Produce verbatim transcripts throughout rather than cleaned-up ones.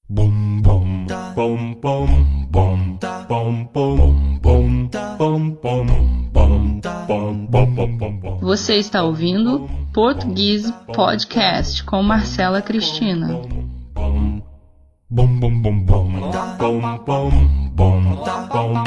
Bum bum bum bum bum bum bum bum bum bum bum bum bum. Você está ouvindo Português Podcast com Marcela Cristina. Bum bum bum bum bum bum bum bum.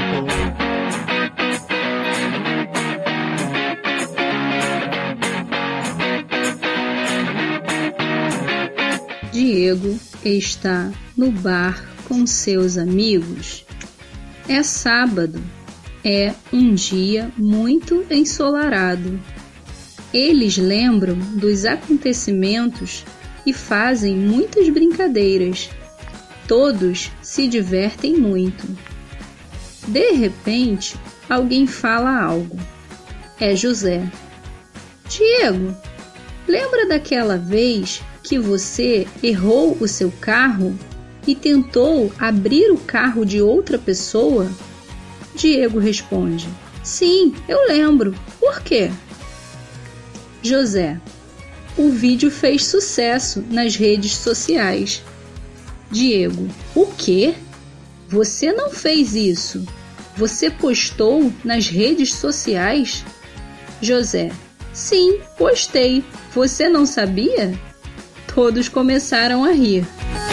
Diego está no bar com seus amigos. É sábado, é um dia muito ensolarado. Eles lembram dos acontecimentos e fazem muitas brincadeiras. Todos se divertem muito. De repente, alguém fala algo. É José. Diego, lembra daquela vez que você errou o seu carro e tentou abrir o carro de outra pessoa? Diego responde: Sim, eu lembro. Por quê? José: O vídeo fez sucesso nas redes sociais. Diego: O quê? Você não fez isso. Você postou nas redes sociais? José: Sim, postei. Você não sabia? Todos começaram a rir.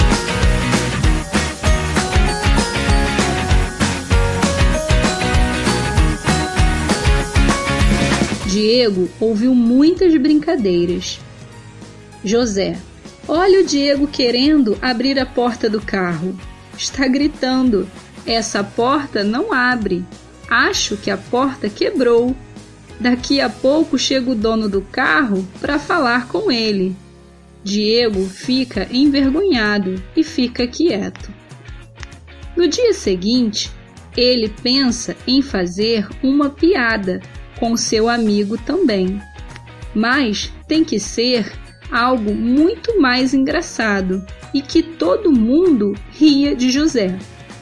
Diego ouviu muitas brincadeiras. José: Olha o Diego querendo abrir a porta do carro. Está gritando: Essa porta não abre. Acho que a porta quebrou. Daqui a pouco chega o dono do carro para falar com ele. Diego fica envergonhado e fica quieto. No dia seguinte, ele pensa em fazer uma piada com seu amigo também, mas tem que ser algo muito mais engraçado e que todo mundo ria de José.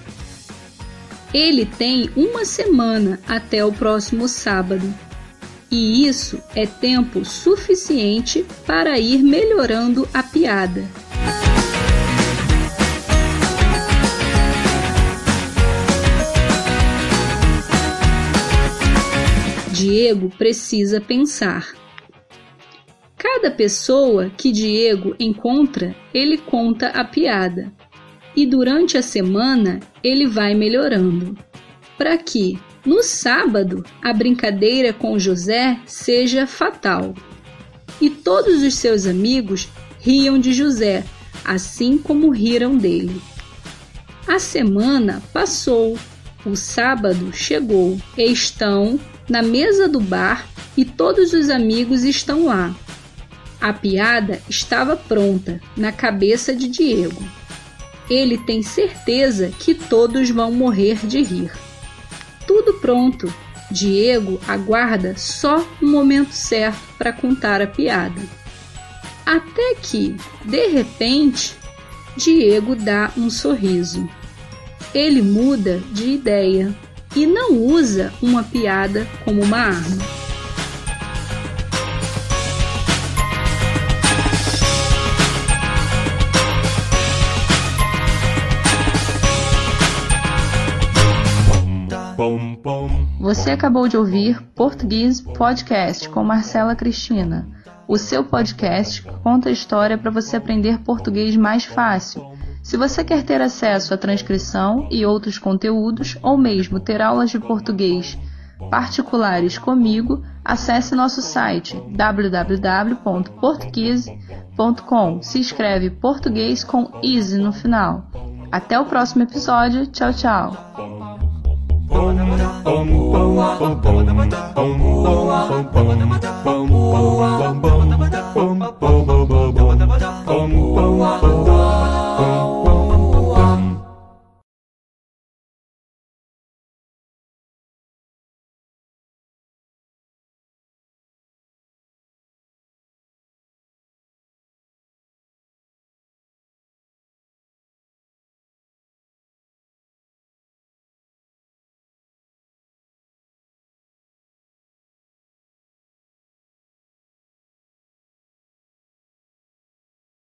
Ele tem uma semana até o próximo sábado. E isso é tempo suficiente para ir melhorando a piada. Diego precisa pensar. Cada pessoa que Diego encontra, ele conta a piada. E durante a semana, ele vai melhorando. Para que no sábado, a brincadeira com José seja fatal. E todos os seus amigos riam de José, assim como riram dele. A semana passou, o sábado chegou. Estão na mesa do bar e todos os amigos estão lá. A piada estava pronta na cabeça de Diego. Ele tem certeza que todos vão morrer de rir. Tudo pronto. Diego aguarda só o momento certo para contar a piada. Até que, de repente, Diego dá um sorriso. Ele muda de ideia e não usa uma piada como uma arma. Você acabou de ouvir Português Podcast com Marcela Cristina, o seu podcast que conta a história para você aprender português mais fácil. Se você quer ter acesso à transcrição e outros conteúdos, ou mesmo ter aulas de português particulares comigo, acesse nosso site w w w ponto portuguese ponto com. Se escreve português com easy no final. Até o próximo episódio. Tchau, tchau. Bum bum bum bum bum bum bum bum bum bum bum bum bum bum bum bum bum bum bum